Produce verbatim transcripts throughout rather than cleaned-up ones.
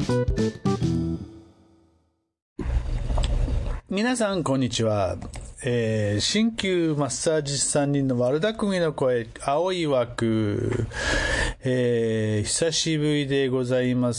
皆さんこんにちは、えー、鍼灸マッサージ師さんにんの悪巧みの声青い枠、えー、久しぶりでございます。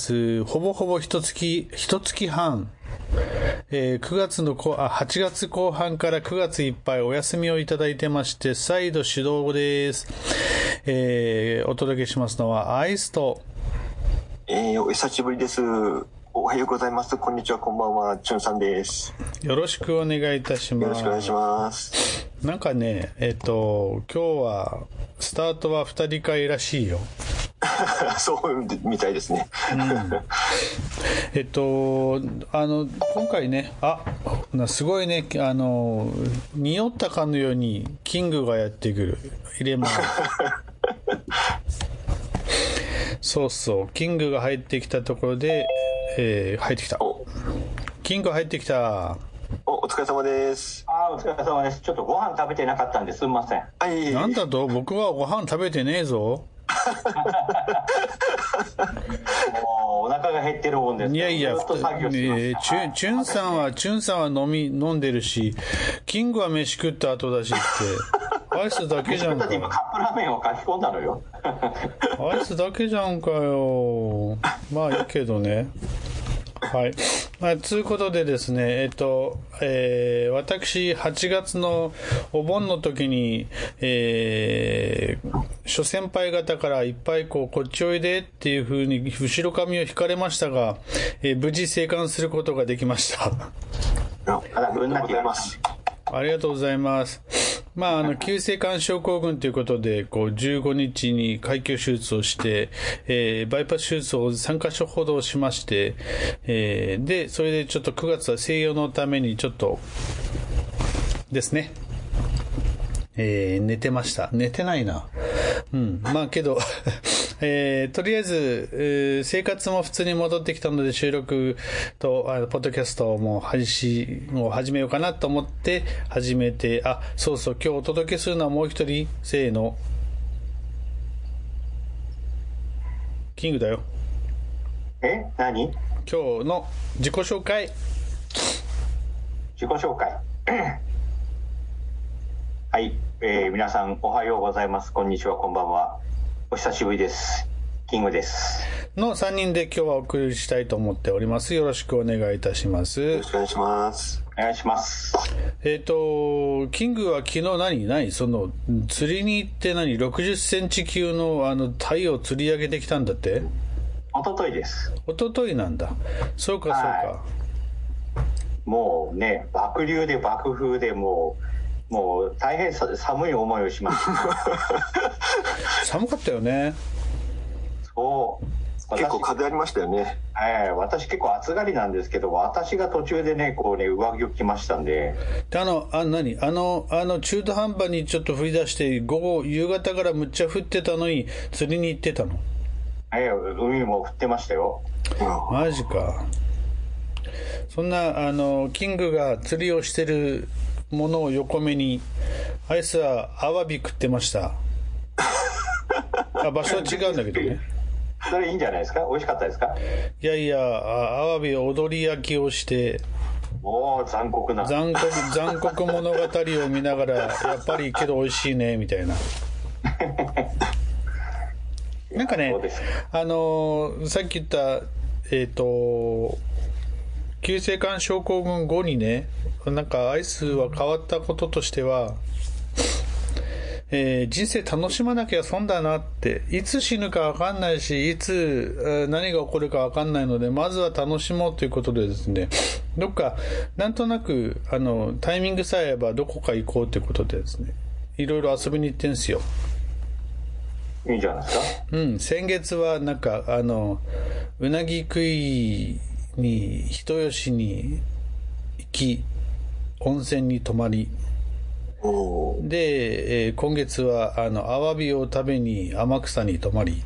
ほぼほぼ一月一月半、えー、くがつのこあはちがつこう半からくがついっぱいお休みをいただいてまして、再度始動です。えー、お届けしますのはアイスと、 えー、お久しぶりです。おはようございます。こんにちは、こんばんは、チュンさんです。 よろしくお願いいたします。 よろしくお願いします。 なんかね、えっと今日はスタートは二人会らしいよ。 そうみたいですね。 うん、えっとあの今回ね、あすごいね、あの匂ったかのようにキングがやってくる。入れます。そうそう、キングが入ってきたところで、えー、入ってきた。キング入ってきた。 お、お疲れ様です。 あ、お疲れ様です。ちょっとご飯食べてなかったんですみません。 はい。 なんだと、僕はご飯食べてねえぞ。 もうお腹が減ってるもんです。 いやいや、 ずっと作業してます。 チュン、チュンさんはチュンさんは飲み飲んでるし、キングは飯食った後だしってアイスだけじゃんか。 だって今カップラーメンを書き込んだのよ。 アイスだけじゃんかよ。まあいいけどね。はい。まあ、つうことでですね、えっと、えー、私、はちがつのお盆の時に、えー、諸先輩方からいっぱいこう、こっちおいでっていう風に、後ろ髪を引かれましたが、えー、無事生還することができました。 ありがとうございます。 ありがとうございます。まあ、あの急性肝症候群ということでこうじゅうごにちに開胸手術をして、えー、バイパス手術をさんかしょほどしまして、えー、でそれでちょっとくがつは静養のためにちょっとですね、えー、寝てました。寝てないな。うん、まあけど、えー、とりあえず、えー、生活も普通に戻ってきたので収録とあポッドキャストも配信を始めようかなと思って始めて、あ、そうそう、今日お届けするのはもう一人、せーの、キングだよ。 え、何？ 今日の自己紹介。 自己紹介。はい、えー、皆さんおはようございます。こんにちは、こんばんは。お久しぶりです。キングです。 のさんにんで今日はお送りしたいと思っております。よろしくお願いいたします。 よろしくお願いします。 お願いします。 えっと、キングは昨日何何その釣りに行って何ろくじゅっセンチ級のあの鯛を釣り上げてきたんだって？ おとといです。 おとといなんだ。そうかそうか。 はい、もうね、爆流で爆風でもうもう大変寒い思いをしました寒かったよね。 そう結構風ありましたよね。 えー、私結構暑がりなんですけど、私が途中でねこうね上着を着ましたんで、 であのあ何あのあの中途半端にちょっと降り出して午後夕方からむっちゃ降ってたのに釣りに行ってたの？ えー、海も降ってましたよ。 マジか。そんなあのキングが釣りをしてるものを横目にアイスはアワビ食ってました。あ、場所は違うんだけどね。 それいいんじゃないですか。美味しかったですか。 いやいや、アワビ踊り焼きをしておー、残酷な残酷残酷物語を見ながらやっぱりけど美味しいねみたいな。なんかね、あのさっき言ったえっと急性肝症候群後にね、なんかアイスは変わったこととしては、えー、人生楽しまなきゃ損だなって、いつ死ぬか分かんないし、いつ何が起こるか分かんないので、まずは楽しもうということでですね、どっかなんとなくあのタイミングさえあればどこか行こうということでですね、いろいろ遊びに行ってんすよ。 いいんじゃないですか。 うん、先月はなんかあのうなぎ食いに人吉に行き、温泉に泊まりで、えー、今月はあのアワビを食べに天草に泊まり、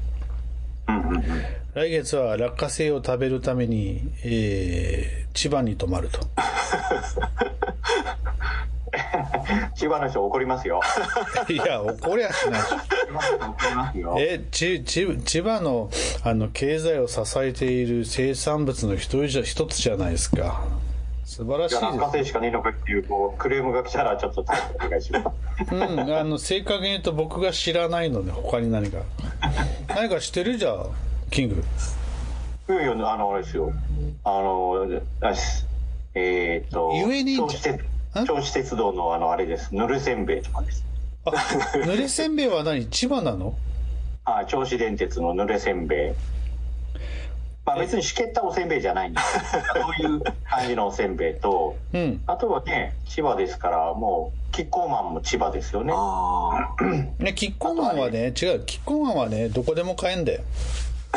来月は落花生を食べるために、えー、千葉に泊まると。 千葉の人怒りますよ。 いや、怒りゃしないし。 怒りますよ。 え、ち、ち、千葉の、あの、経済を支えている生産物の一人じゃ、一つじゃないですか。素晴らしいです。 落花生しかねえのかっていう、こう、クレームが来たら、ちょっとお願いします。 うん、あの、正確に言うと僕が知らないので、他に何か。何か知ってるじゃん、キング。 いやいや、あの、あれですよ。あの、あえっ、ー、と、 ゆえに銚子鉄銚子鉄道のあの、あれです。ぬるせんべいとかです。 あ、ぬれせんべいは何？千葉なの？ あ、銚子電鉄のぬれせんべい。まあ別にしけったおせんべいじゃないんですけど、そういう感じのおせんべいと、 うん、 あとはね、千葉ですから、もう、キッコーマンも千葉ですよね。 あね、キッコーマンはね、違う、キッコーマンはね、どこでも買えんだよ。ま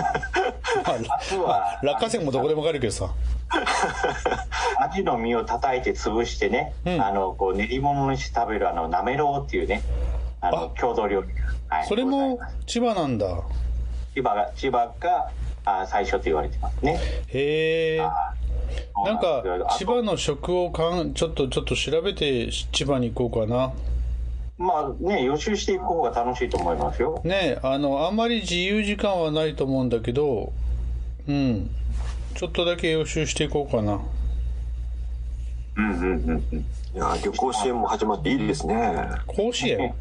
あ、落花生もどこでも買えるけどさ。 アジの身を叩いて潰してね、うん、あのこう練り物にして食べるあのなめろうっていうね、あの郷土料理、 はい、それも千葉なんだ。 千葉が千葉があ最初と言われてますね。 へえ。なんか千葉の食をかんちょっとちょっと調べて千葉に行こうかな。 まあね、予習していく方が楽しいと思いますよ。 ね、あのあんまり自由時間はないと思うんだけど、うん、ちょっとだけ予習していこうかな。 うんうんうんうん。 いや、旅行支援も始まっていいですね。 甲子園。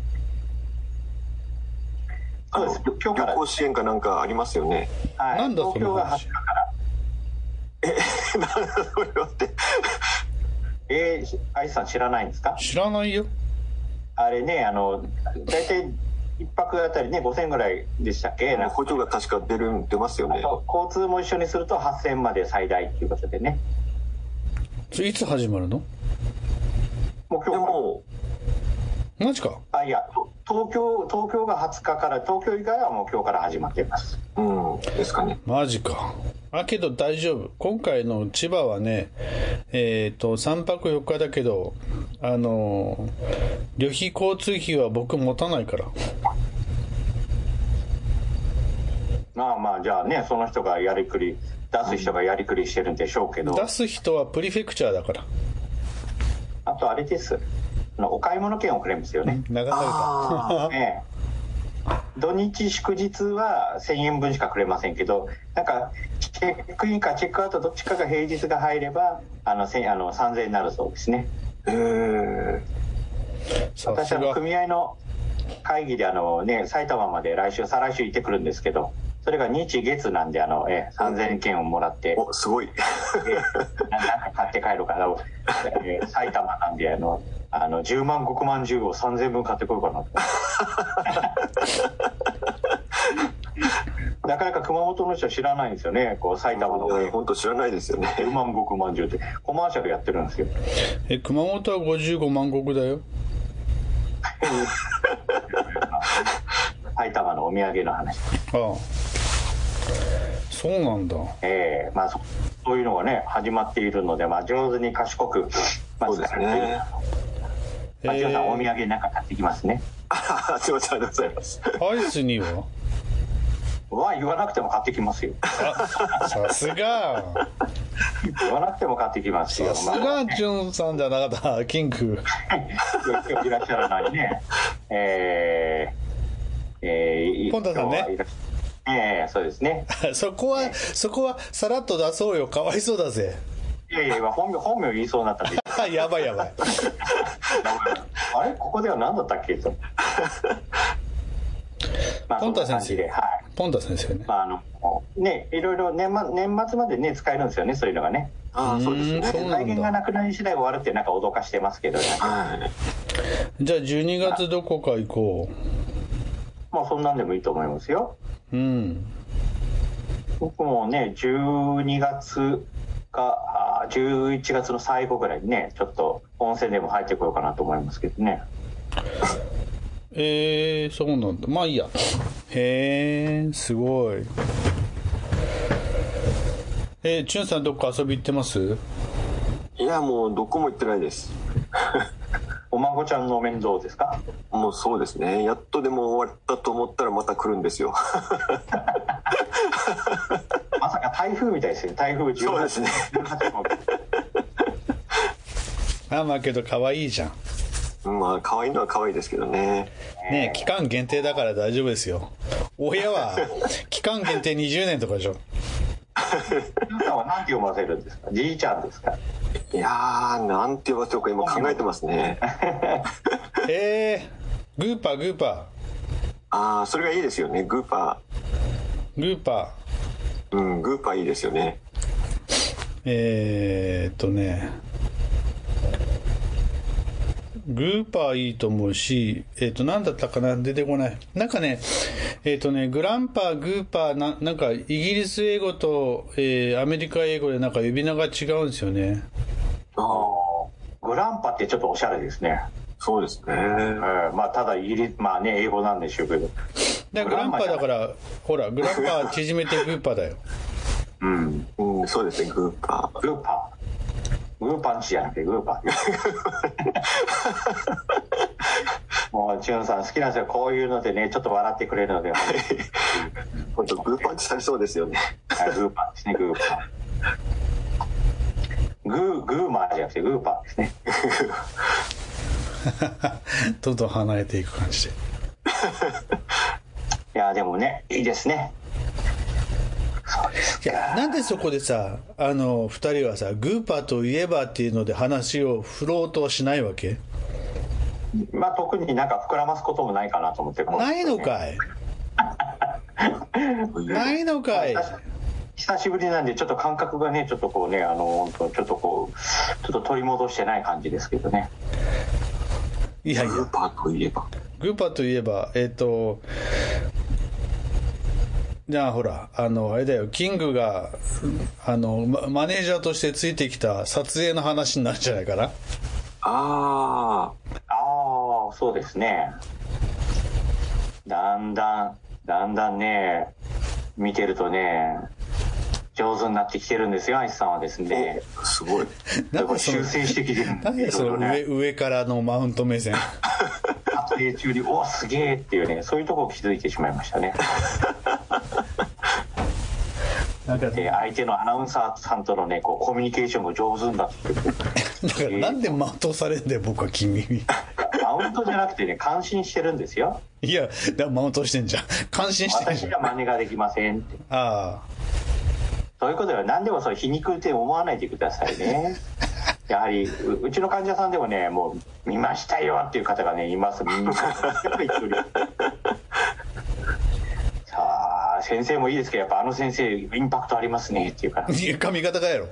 あの旅行支援かなんかありますよね。 はい、 なんだその話。 東京がはつかから。 え、なんだそれはって。 えー、アイスさん知らないんですか？ 知らないよ。 あれね、あの大体一泊あたりねごせんぐらいでしたっけ？ 補助が確か出る出ますよね。 交通も一緒にするとはっせんまで最大っていうことでね。 いつ始まるの？ もう今日もうマジか。 あ、いや、東京東京がはつかから、東京以外はもう今日から始まっています。 うんですかね。 マジか。あ、けど大丈夫。今回の千葉はね、えっとさんぱくよっかだけど、あの旅費交通費は僕持たないから。 まあまあ、じゃあね、その人がやりくり出す人がやりくりしてるんでしょうけど、 出す人はプリフェクチャーだから。 あとあれです、お買い物券をくれますよね。 流された。 ね、土日祝日はせんえんぶんしかくれませんけど、なんかチェックインかチェックアウトどっちかが平日が入ればあのあのさんぜんえんになるそうですね。 へえ。 私はの組合の会議であの、ね、埼玉まで来週再来週行ってくるんですけど、それが日月なんであのえさんぜんえん券をもらって、 おすごいえなんか買って帰るから、えー、埼玉なんであのあのじゅうまんごくまんじゅうをさんぜんぶん買ってこようかなと。なかなか熊本の人は知らないんですよね、こう埼玉の本当知らないですよね。 じゅうまんごくまんじゅうってコマーシャルやってるんですよ。 え熊本はごじゅうごまんごくだよ。 埼玉のお土産の話。 ああ、そうなんだ。 えー、まあ そ, そういうのがね始まっているので、まあ、上手に賢く、まあ、 そうですね。 まあ、ジョーさんお土産なんか買ってきますね。 あ、すいません、ありがとうございます。 アイスにはは言わなくても買ってきますよ。 あ、さすが。 言わなくても買ってきますよ。 さすがジュンさんじゃなかった、キング。 今日いらっしゃらないね。えー、えー、 ポンタさんね。 ええー、そうですね。 そこは、そこはさらっと出そうよ。かわいそうだぜ。 いやいや、本名、本名言いそうになったんで。 やばいやばい。 あれここでは何だったっけと。まあ、 ポンタ先生。 はい。 ポンタ先生ね。 まあ、あの、ね、いろいろ年末、年末までね、使えるんですよね、そういうのがね。 ああ、そうですね。 財源がなくなり次第終わるってなんか脅かしてますけどね。 はい。 じゃあじゅうにがつどこか行こう。まあ、そんなんでもいいと思いますよ。 うん。 僕もね、じゅうにがつかじゅういちがつの最後ぐらいにね、ちょっと温泉でも入ってこようかなと思いますけどね。 えー、そうなんだ。まあいいや。へー、すごい。えー、チュンさんどっか遊び行ってます？ いや、もうどこも行ってないです。 お孫ちゃんの面倒ですか？ もうそうですね。やっとでも終わったと思ったらまた来るんですよ。 まさか台風みたいですよ。台風じゅうはち、 そうですね。 あ、まあけど可愛いじゃん。 まあ可愛いのは可愛いですけどね。 ねえ、期間限定だから大丈夫ですよ。親は期間限定にじゅうねんとかでしょ。 皆さんは何て読ませるんですか？じいちゃんですか？ いやー、なんて呼ばせようか今考えてますね。 えー、グーパーグーパー。 ああ、それがいいですよね、グーパー。グーパー。うん、グーパーいいですよね。 えーっとね、グーパーいいと思うし、えーっと、なんだったかな、出てこない。なんかね、えーっとね、グランパー、グーパー、な、なんか、イギリス英語と、えー、アメリカ英語でなんか呼び名が違うんですよね。 ああ、グランパってちょっとおしゃれですね。 そうですね。えー、まあ、ただイギリス、まあね、英語なんでしょうけど。 だグランパーだから、ほら、グランパー縮めてグーパーだよ。 うん、 うん、そうですね、グーパー。 グーパー。グーパンチじゃなくてグーパー。もうチュンさん好きなんですよ。こういうのでね、ちょっと笑ってくれるので。 本当グーパンチされそうですよね。 はい、グーパーですね、グーパー。グー、グーマーじゃなくてグーパーですね。 どんどん離れていく感じで。 いやでもね、いいですね。そうですか。 いや、なんでそこでさ、あのふたりはさ、グーパーといえばっていうので話を振ろうとはしないわけ？ まあ特になんか膨らますこともないかなと思って。 ないのかい。ないのかい。 久しぶりなんでちょっと感覚がね、ちょっとこうね、あのちょっとこうちょっと取り戻してない感じですけどね。 いやいや、 グーパーといえばグーパーといえばえっとじゃあほら、あのあれだよ、キングがあのマネージャーとしてついてきた撮影の話になるんじゃないかな。 あああ、そうですね。だんだんだんだんね、見てるとね、上手になってきてるんですよ、アイスさんはですね。 すごい。 だから修正してきてるんですよね。 なんでその上、上からのマウント目線。 撮影中に「おすげえ」っていうね、そういうところを気づいてしまいましたね。なんかで相手のアナウンサーさんとのね、こうコミュニケーションが上手になってくる。 だからなんでマウントされんだよ、僕は君に。 マウントじゃなくてね、感心してるんですよ。 いや、だからマウントしてんじゃん。感心してんじゃん。 私は真似ができませんって。 ああ。 そういうことでは何でもそう皮肉って思わないでくださいね。やはり う, うちの患者さんでもね、もう見ましたよっていう方がねいます。みんなさあ先生もいいですけど、やっぱあの先生インパクトありますねっていうから。 いや、髪型がやろ。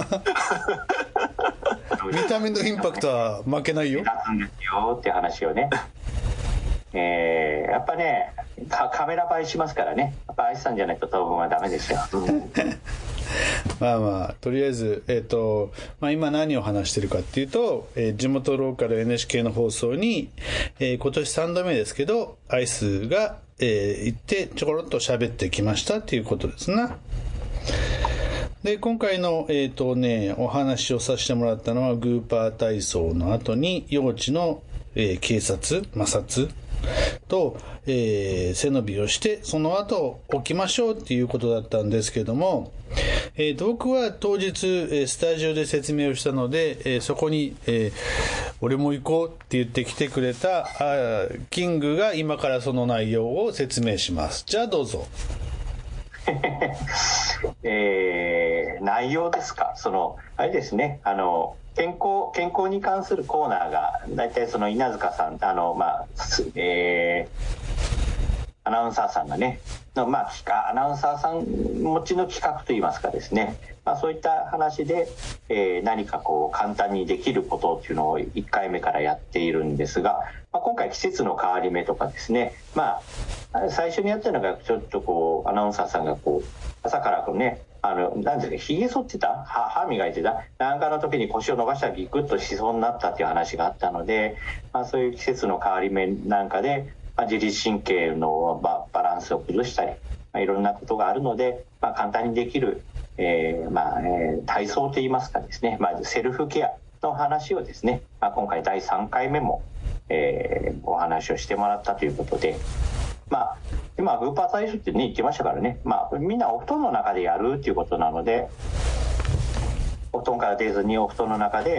見た目のインパクトは負けないよ。 立つんですよって話をね。えー、やっぱねカメラ映えしますからね。やっぱアイスさんじゃないと当分はダメですよ。 まあまあとりあえず、えーとまあ、今何を話してるかっていうと、えー、地元ローカル エヌエイチケー の放送に、えー、今年さんどめですけどアイスが、えー、行ってちょころっと喋ってきましたっていうことですな。で今回の、えーとね、お話をさせてもらったのはグーパー体操の後に幼稚の、えー、警察摩擦と、えー、背伸びをしてその後起きましょうっていうことだったんですけども、えー、僕は当日、えー、スタジオで説明をしたので、えー、そこに、えー、俺も行こうって言ってきてくれたあキングが今からその内容を説明します。じゃあどうぞ。 えー、内容ですか。そのあれですね、あの健康健康に関するコーナーがだいたいその稲塚さん、あのまあえー、アナウンサーさんがねの、まあ、アナウンサーさん持ちの企画といいますかですね、まあ、そういった話で、えー、何かこう簡単にできることっていうのをいっかいめからやっているんですが、まあ、今回季節の変わり目とかですね、まあ最初にやったのがちょっとこうアナウンサーさんがこう朝からこうね、あのなんですか、ひげ剃ってた、歯磨いてたなんかの時に腰を伸ばしたらギクッとしそうになったっていう話があったので、まあ、そういう季節の変わり目なんかで、まあ、自律神経のバランスを崩したり、まあ、いろんなことがあるので、まあ、簡単にできる、えーまあえー、体操といいますかですね、まあ、セルフケアの話をですね、まあ、今回だいさんかいめも、えー、お話をしてもらったということで、まあ、今グーパー体操ってね言ってましたからね、まあ、みんなお布団の中でやるっていうことなので、お布団から出ずにお布団の中で、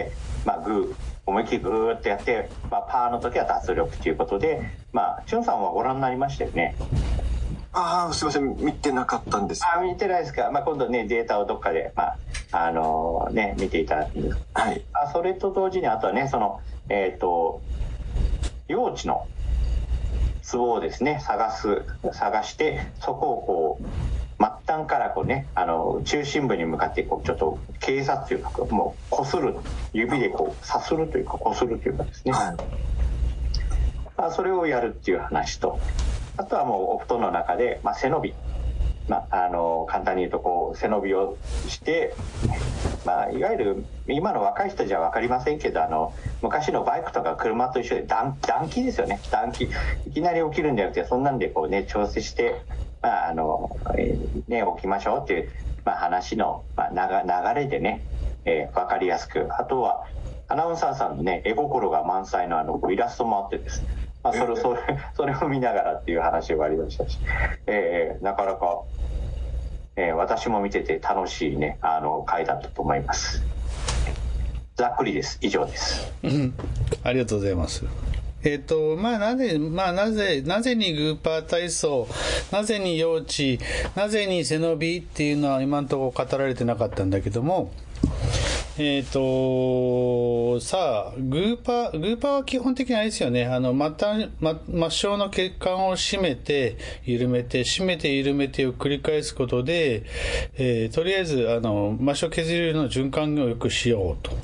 まあ、グー思いっきりグーってやって、まあ、パーの時は脱力ということで、まあ、チュンさんはご覧になりましたよね。 ああ、すいません、見てなかったんです。 あ、見てないですか。まあ、今度ね、データをどっかで、まあ、あのー、ね、見ていただくんです。 はい。 あ、それと同時に、あとはね、その、えっと、用地のツボをですね、探す、探して、そこをこう、末端からこうね、あの、中心部に向かって、こう、ちょっと、警察というか、もう、こする、指でこう、さするというか、こするというかですね。はい。まあ、それをやるっていう話と、あとはもうお布団の中で、まあ、背伸び、まあ、あの簡単に言うとこう背伸びをして、まあ、いわゆる今の若い人じゃ分かりませんけど、あの昔のバイクとか車と一緒で暖暖気ですよね。暖気いきなり起きるんじゃなくて、そんなんでこう、ね、調整して、まああのね、起きましょうっていう、まあ、話の、まあ、流れでね、えー、分かりやすく、あとはアナウンサーさんのね、絵心が満載のあのイラストもあってですね、まあ、それそれそれを見ながらっていう話がありましたし、えー、なかなか、えー、私も見てて楽しいね、あの回だったと思います。ざっくりです。以上です。 ありがとうございます。えっと、まあ、なぜ、まあ、なぜ、なぜにグーパー体操、なぜに幼稚、なぜに背伸びっていうのは今のところ語られてなかったんだけども、えっと、さあ、グーパー、グーパーは基本的にあれですよね。あの、末端、末梢の血管を締めて、緩めて、締めて、緩めてを繰り返すことで、えー、とりあえず、あの、末梢血流の循環を良くしようと。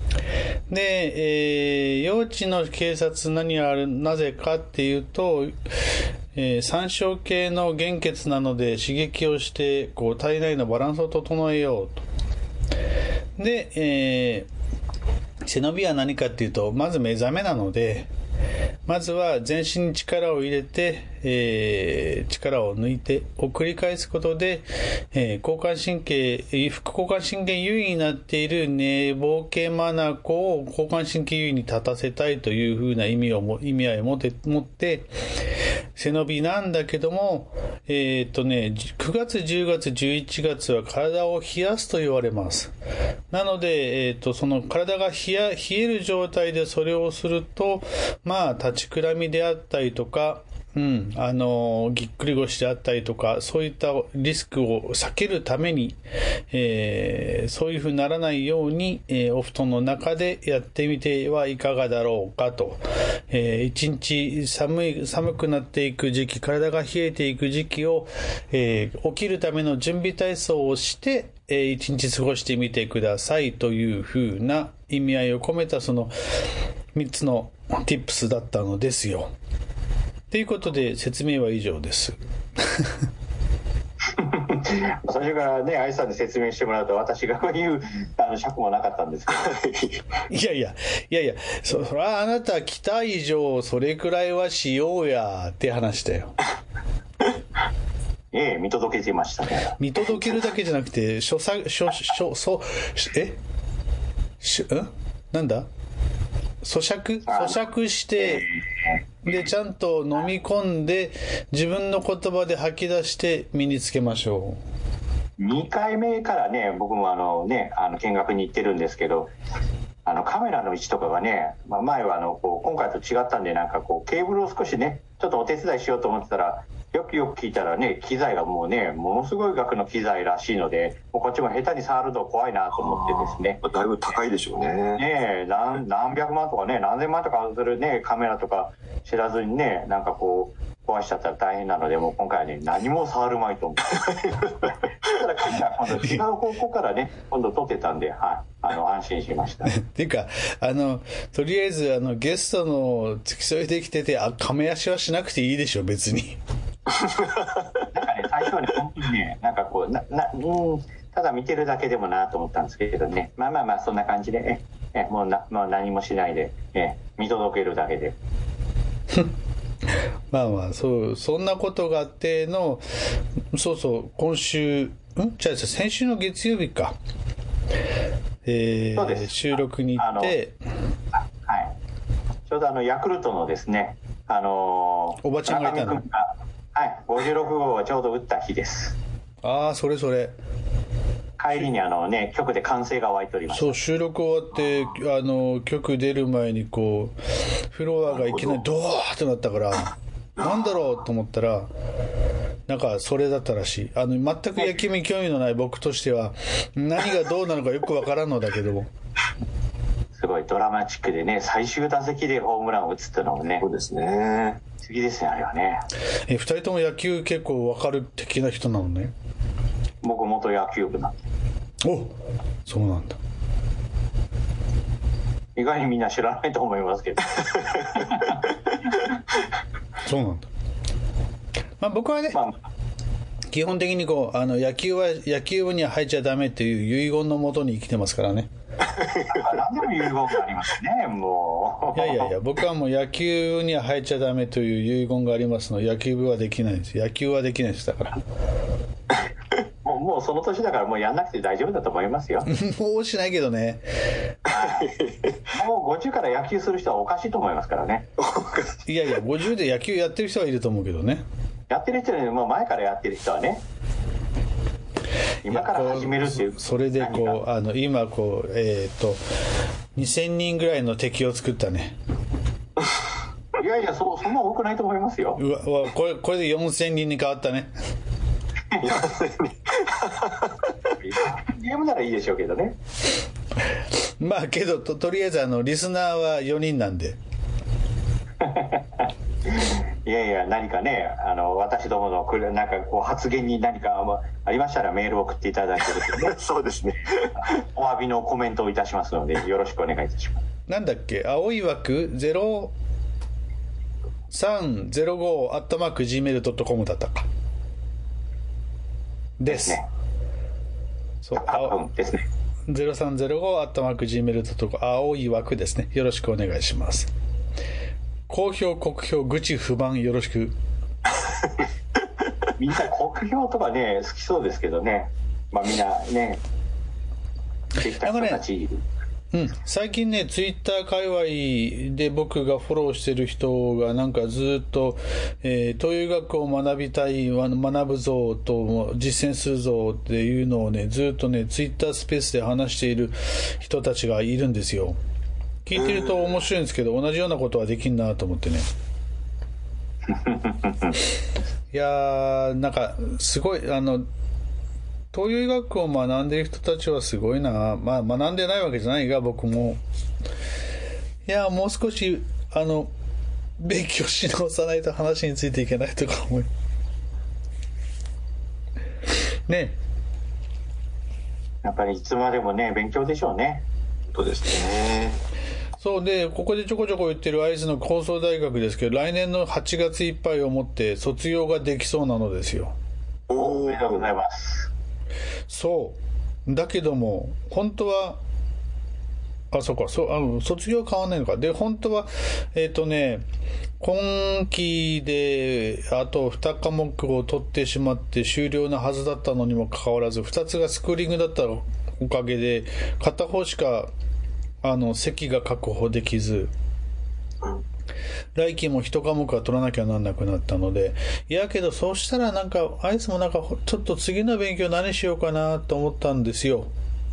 で、えー、幼稚の警察何がある、なぜかっていうと、えー、三小系の原血なので刺激をして、こう、体内のバランスを整えようと。で、えー、背伸びは何かっていうと、まず目覚めなので、まずは全身に力を入れて、えー、力を抜いてを繰り返すことで、えー、交感神経、副交感神経優位になっている寝ぼけまなこを交感神経優位に立たせたいというふうな意味をも、意味合いを持って、持って、背伸びなんだけども、えー、っとね、くがつ、じゅうがつ、じゅういちがつは体を冷やすと言われます。なので、えー、っと、その体が冷や、冷える状態でそれをすると、まあ、立ちくらみであったりとか、うん、あのぎっくり腰であったりとか、そういったリスクを避けるために、えー、そういうふうにならないように、えー、お布団の中でやってみてはいかがだろうかと。えー、一日寒い寒くなっていく時期、体が冷えていく時期を、えー、起きるための準備体操をして、えー、一日過ごしてみてくださいというふうな意味合いを込めたそのみっつの tips だったのですよ。ということで説明は以上です。 最初からね、愛さんに説明してもらうと私が言うあの尺もなかったんですけどいやいやいやいや、そそらあなた来た以上それくらいはしようやって話だよ。 ええ、見届けてましたね。 見届けるだけじゃなくて書作書書そえしんなんだ咀嚼咀嚼して、でちゃんと飲み込んで自分の言葉で吐き出して身につけましょう。にかいめからね、僕もあのね、あの見学に行ってるんですけど、あのカメラの位置とかがね、まあ、前はあのこう今回と違ったんで、なんかこうケーブルを少しね、ちょっとお手伝いしようと思ってたら、よくよく聞いたらね、機材がもうね、ものすごい額の機材らしいので、もうこっちも下手に触ると怖いなと思ってですね。 だいぶ高いでしょうね。 ねえ、何、何百万とかね、何千万とかするね、カメラとか知らずにね、なんかこう、壊しちゃったら大変なので、もう今回はね、何も触るまいと思って。だから今度違う方向からね、今度撮ってたんで、はい、あの、安心しました。 っていうか、あの、とりあえず、あの、ゲストの付き添いできてて、あ、亀足はしなくていいでしょ、別に。 なんかね、最初はね、本当にね、なんかこう、な、な、うん、ただ見てるだけでもなと思ったんですけどね、まあまあまあ、そんな感じで、え、え、もうな、もう何もしないで、え、見届けるだけで。 まあまあ、そう、そんなことがあっての、そうそう、今週、んじゃあ先週の月曜日か。えー、収録に行って、 はい。ちょうどあの、ヤクルトのですね、あのー、 おばちゃんがいたの。 はい、ごじゅうろくごうをちょうど打った日です。 ああ、それそれ。 帰りにあのね局で歓声が湧いておりました。 そう、収録終わってあの局出る前にこうフロアがいきなりドワーッとなったからなんだろうと思ったらなんかそれだったらしい。あの全く野球に興味のない僕としては何がどうなのかよくわからんのだけどもすごいドラマチックでね、最終打席でホームランを打つっていうのもね、 そうですね、 次ですね、あれはね。 えふたりとも野球結構わかる的な人なのね。 僕元野球部なんで。 お、そうなんだ。 意外にみんな知らないと思いますけどそうなんだ。まあ僕はね、 まあ、 基本的にこうあの野球は野球部には入っちゃダメっていう遺言のもとに生きてますからね。 何でも遺言がありますね、もう。 いやいやいや、僕はもう野球には入っちゃダメという遺言がありますので、野球部はできないんです。野球はできないですだから。 もう、もうその年だからもうやんなくて大丈夫だと思いますよ。 もうしないけどね。 もうごじゅうから野球する人はおかしいと思いますからね。 いやいや、ごじゅうで野球やってる人はいると思うけどね。 やってる人よりも前からやってる人はね、今から始めるっていう。 それでこうあの今こうえっとにせんにんぐらいの敵を作ったね。 いやいや、そ, そんな多くないと思いますよ。 うわうわこれこれでよんせんにんに変わったね。 ゲームならいいでしょうけどね。 まあけど と, とりあえずあのリスナーはよにんなんで。 いやいや、何かね、あの私どものこれなんかこう発言に何かありましたらメールを送っていただいてですねそうですねお詫びのコメントをいたしますのでよろしくお願いいたします。 なんだっけ、青い枠ゼロさんゼロごアットマーク ジーメールドットコム だったかです。 ね、 そう青ですね。 ゼロさんゼロごアットマーク ジーメールドットコム 青い枠ですね。よろしくお願いします。好評酷評愚痴不満よろしく。 みんな酷評とかね好きそうですけどね、まあみんなねできた人たち、 うん、最近ねツイッター界隈で僕がフォローしてる人がなんかずっと、えー、東洋医学を学びたい学ぶぞと実践するぞっていうのをねずっとねツイッタースペースで話している人たちがいるんですよ。聞いてると面白いんですけど同じようなことはできんなと思ってね。いやーなんかすごいあの東洋医学を学んでいる人たちはすごいな。まあ学んでないわけじゃないが僕もいやもう少しあの勉強し直さないと話についていけないとか思いね。 やっぱりいつまでもね勉強でしょうね。 そうですね。 そうでここでちょこちょこ言ってる会津の高層大学ですけど来年のはちがついっぱいをもって卒業ができそうなのですよ。 おめでとうございます。 そうだけども本当はあそうかそうあの卒業変わんないのかで本当はえっとね今期であとに科目を取ってしまって終了なはずだったのにもかかわらずふたつがスクーリングだったおかげで片方しかあの席が確保できず来期もいち科目は取らなきゃなんなくなったのでいやけどそうしたらなんかあいつもなんかちょっと次の勉強何しようかなと思ったんですよ。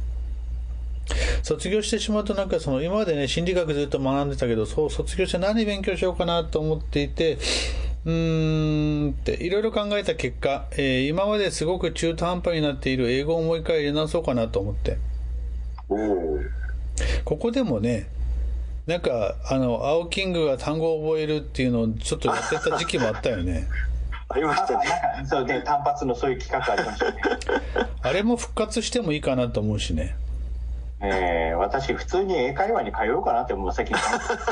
卒業してしまうとなんかその今までね心理学ずっと学んでたけどそう卒業して何勉強しようかなと思っていてうーんっていろいろ考えた結果、えー、今まですごく中途半端になっている英語をもう一回入れ直そうかなと思っておーここでもねなんかあの青キングが単語を覚えるっていうのをちょっとやってた時期もあったよね。 ありましたね。 なんかそうね単発のそういう企画ありましたね。 あれも復活してもいいかなと思うしね。 えー、私普通に英会話に通おうかなってもう最近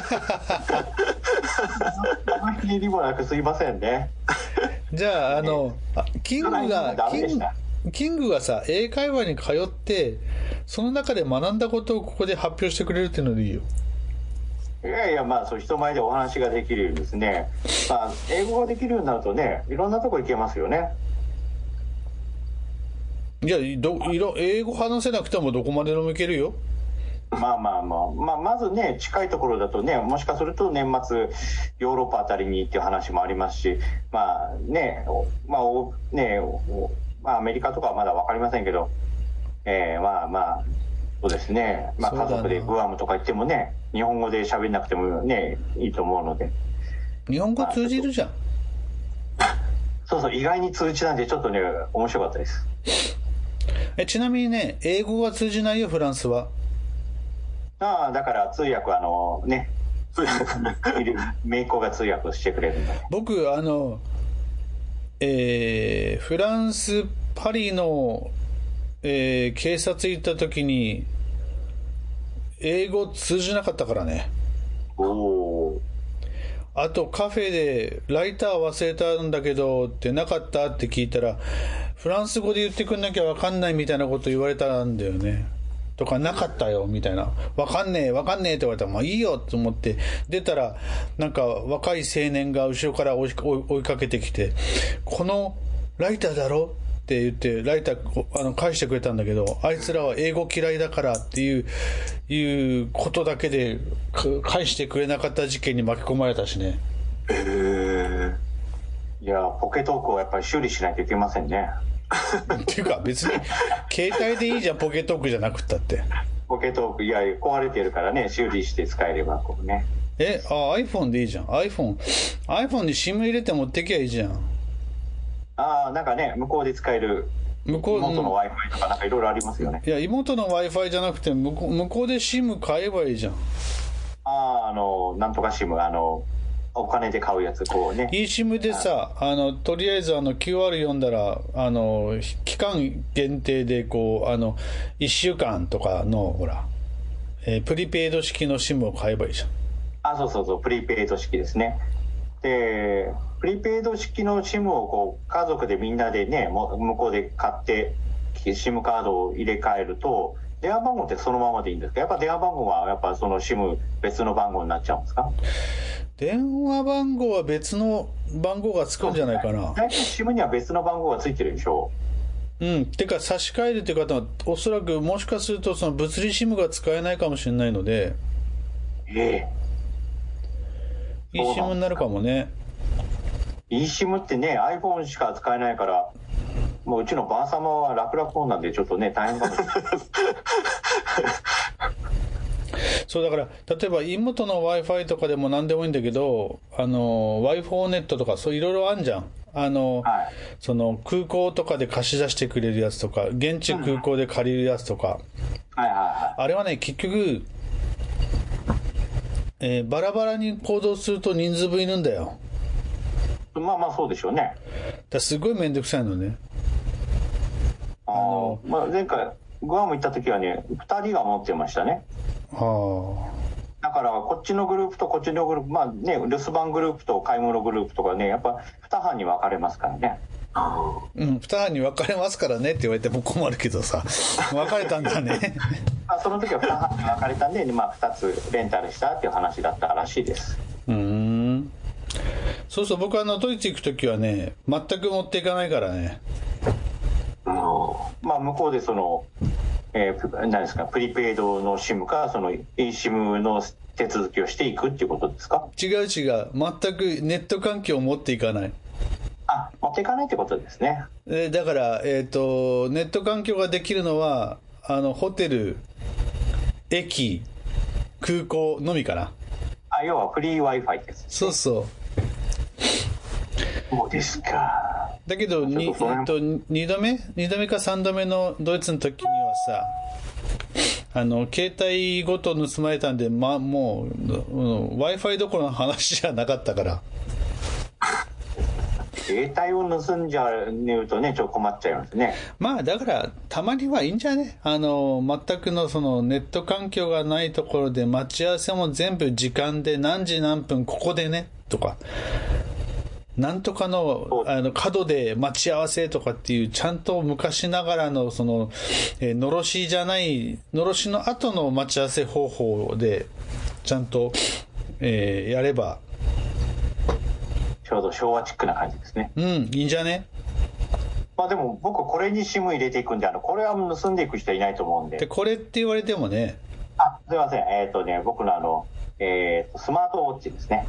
あのひねりもなくすいませんね。 じゃああのキングがキングキングがさ英会話に通ってその中で学んだことをここで発表してくれるっていうのでいいよ。 いやいやまあそう人前でお話ができるようにですね、まあ、英語ができるようになるとねいろんなとこ行けますよね。 いやどいろ英語話せなくてもどこまででもいけるよ。 まあまあまあ、まあ、まずね近いところだとねもしかすると年末ヨーロッパあたりにっていう話もありますしまあねまあねまあアメリカとかはまだ分かりませんけどえー、まあまあそうですね、まあ、家族でグアムとか行ってもね日本語で喋んなくてもねいいと思うので。 日本語通じるじゃん、 まあ、そうそう、意外に通じなんでちょっとね面白かったです。 えちなみにね英語は通じないよフランスは。 ああ、だから通訳あのね名工が通訳をしてくれるんだ、ね、 僕あのえー、フランスパリの、えー、警察行った時に英語通じなかったからね。 おお。 あとカフェでライター忘れたんだけどってなかったって聞いたらフランス語で言ってくんなきゃ分かんないみたいなこと言われたんだよね。とかなかったよみたいな、分かんねえ分かんねえって言われたらまあいいよと思って出たらなんか若い青年が後ろから追い、追いかけてきてこのライターだろって言ってライターあの返してくれたんだけどあいつらは英語嫌いだからっていういうことだけで返してくれなかった事件に巻き込まれたしね。 えー、 いやポケトークをやっぱり修理しないといけませんねっていうか別に携帯でいいじゃんポケトークじゃなくったってポケトークいや壊れてるからね修理して使えればこうね。 えあ iPhone でいいじゃん iPhone iPhone に SIM 入れて持ってきゃいいじゃん。 ああなんかね向こうで使える向こう妹の Wi-Fi とかなんかいろいろありますよね。 いや妹の Wi-Fi じゃなくて向こう、向こうで SIM 買えばいいじゃん。 あああのなんとか SIM あのお金で買うやつこうね eSIM でさあのとりあえずあの キューアール 読んだらあの期間限定でこうあのいっしゅうかんとかのほら、えー、プリペイド式の SIM を買えばいいじゃん。 あそうそうそうプリペイド式ですね。でプリペイド式の SIM をこう家族でみんなでね向こうで買って SIM カードを入れ替えると電話番号ってそのままでいいんですか。やっぱ電話番号はやっぱその SIM 別の番号になっちゃうんですか。 電話番号は別の番号がつくんじゃないかな。 大体 SIM には別の番号がついてるでしょう。うん、てか差し替えるって方はおそらくもしかするとその物理 SIM が使えないかもしれないのでええ eSIM になるかもね。 eSIM ってね iPhone しか使えないからもううちのばあ様は楽々フォンなんでちょっとね大変かもしれないそうだから例えば妹の Wi-Fi とかでも何でもいいんだけどあの Wi-Fi ネットとかそういろいろあんじゃん。あの、はい、その空港とかで貸し出してくれるやつとか現地空港で借りるやつとか、 うん、はいはいはい、あれはね結局、えー、バラバラに行動すると人数分いるんだよ。 まあまあそうでしょうね。 だすごいめんどくさいのね。 ああの、まあ、前回グアム行った時はねふたりが持ってましたね。 はあ、だからこっちのグループとこっちのグループまあね留守番グループと買い物グループとかねやっぱに班に分かれますからね。 うん、に班に分かれますからねって言われても困るけどさ分かれたんだねあその時はに班に分かれたんで、まあ、ふたつレンタルしたっていう話だったらしいです。 うーんそうそう僕はあのドイツ行く時はね全く持っていかないからね。 うん、まあ向こうでその、えー、何ですかプリペイドの SIM かその eSIM の手続きをしていくっていうことですか。 違う違う全くネット環境を持っていかない。 あ持っていかないってことですね。 えだから、えーと、ネット環境ができるのはあのホテル駅空港のみかな。 あ要はフリー Wi-Fi です、ね、 そうそうそうですか。 だけどに、えっと、にどめにどめかさんどめのドイツの時にはさあの携帯ごと盗まれたんで、ま、もう、うん、Wi-Fi どころの話じゃなかったから携帯を盗んじゃうとねちょっと困っちゃいますね。 まあだからたまにはいいんじゃね。あの全くのそのネット環境がないところで待ち合わせも全部時間で何時何分ここでねとかなんとか の, あの角で待ち合わせとかっていうちゃんと昔ながらのその、えー、のろしじゃないのろしの後の待ち合わせ方法でちゃんと、えー、やればちょうど昭和チックな感じですね。 うんいいんじゃね。 まあでも僕これに SIM 入れていくんであのこれは盗んでいく人はいないと思うんで。 でこれって言われてもねあすいませんえっ、ー、とね僕のあの、えー、スマートウォッチですね。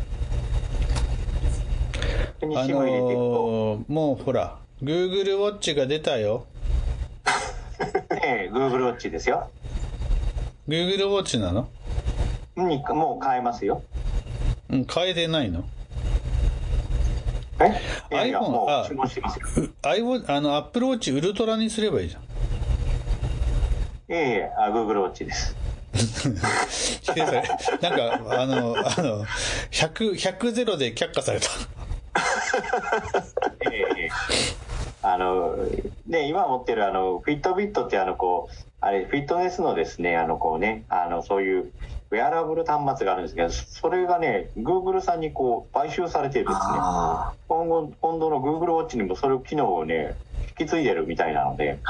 あのー、もうほら Google ウォッチが出たよえええ Google Watch ですよ。 Google Watch なのにもう買えますよ。 うん、変えてないのえいやいや iPhone もあう注文してますよ。 iPhone あの Apple Watch ウルトラにすればいいじゃん。 ええあ Google Watch です。 なんかあのあのひゃく、ひゃくゼロで却下された。 ええあのね今持ってるあのフィットビットってあのこうあれフィットネスのですねあのこうねあのそういうウェアラブル端末があるんですけど、それがね Google さんにこう買収されてですね、今後今度の Google Watch にもそれを機能をね引き継いでるみたいなので、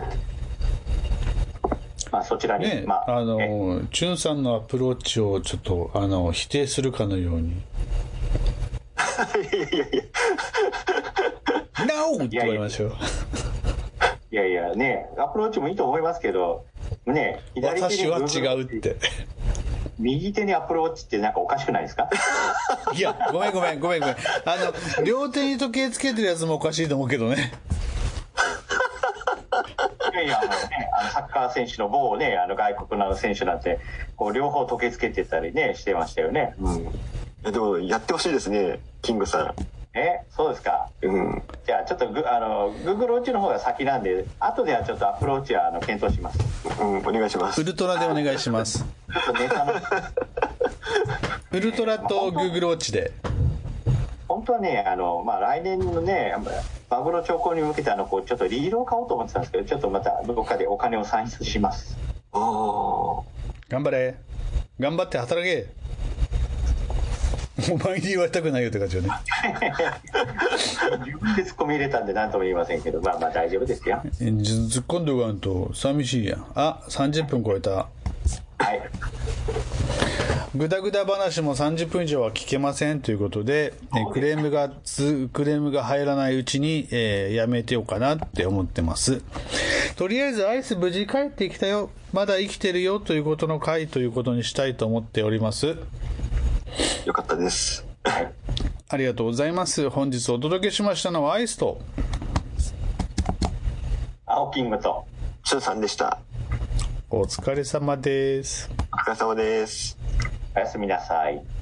まあそちらに、 ね、 まああのチュンさんのアプローチをちょっとあの否定するかのようにいやいやいやノーって言われましたよ。 いやいやねアプローチもいいと思いますけどね、左手に私は違うって右手にアプローチってなんかおかしくないですか？ いやごめんごめんごめんごめんあの両手に時計つけてるやつもおかしいと思うけどね。 いやいやあの、ね、あのサッカー選手の某ねあの外国の選手なんてこう両方時計つけてたりねしてましたよね。 うん、いやでもやってほしいですねキングさん。 えそうですか。 うん、 じゃあちょっとグあの Google Watch の方が先なんで後ではちょっとアプローチはあの検討します。 うん、お願いします。 ウルトラでお願いします。 ちょっとネタのウルトラと Google Watch で本当はねあの、まあ、来年のねマグロ長考に向けてあのこうちょっとリードを買おうと思ってたんですけど、ちょっとまたどっかでお金を算出します。 お頑張れ頑張って働け。お前に言われたくないよって感じよね。 自分で突っ込み入れたんで何とも言いませんけど、まあまあ大丈夫ですよ。 え突っ込んでおかんと寂しいやん。あさんじゅっぷん超えた。 はい。 グダグダ話もさんじゅっぷん以上は聞けませんということで、えクレームがつクレームが入らないうちに、えーやめてようかなって思ってます。とりあえずアイス無事帰ってきたよ、まだ生きてるよということの回ということにしたいと思っております。 よかったです。 はい。 ありがとうございます。本日お届けしましたのはアイスと青キングとチュンさんでした。 お疲れ様です。 お疲れ様です。 おやすみなさい。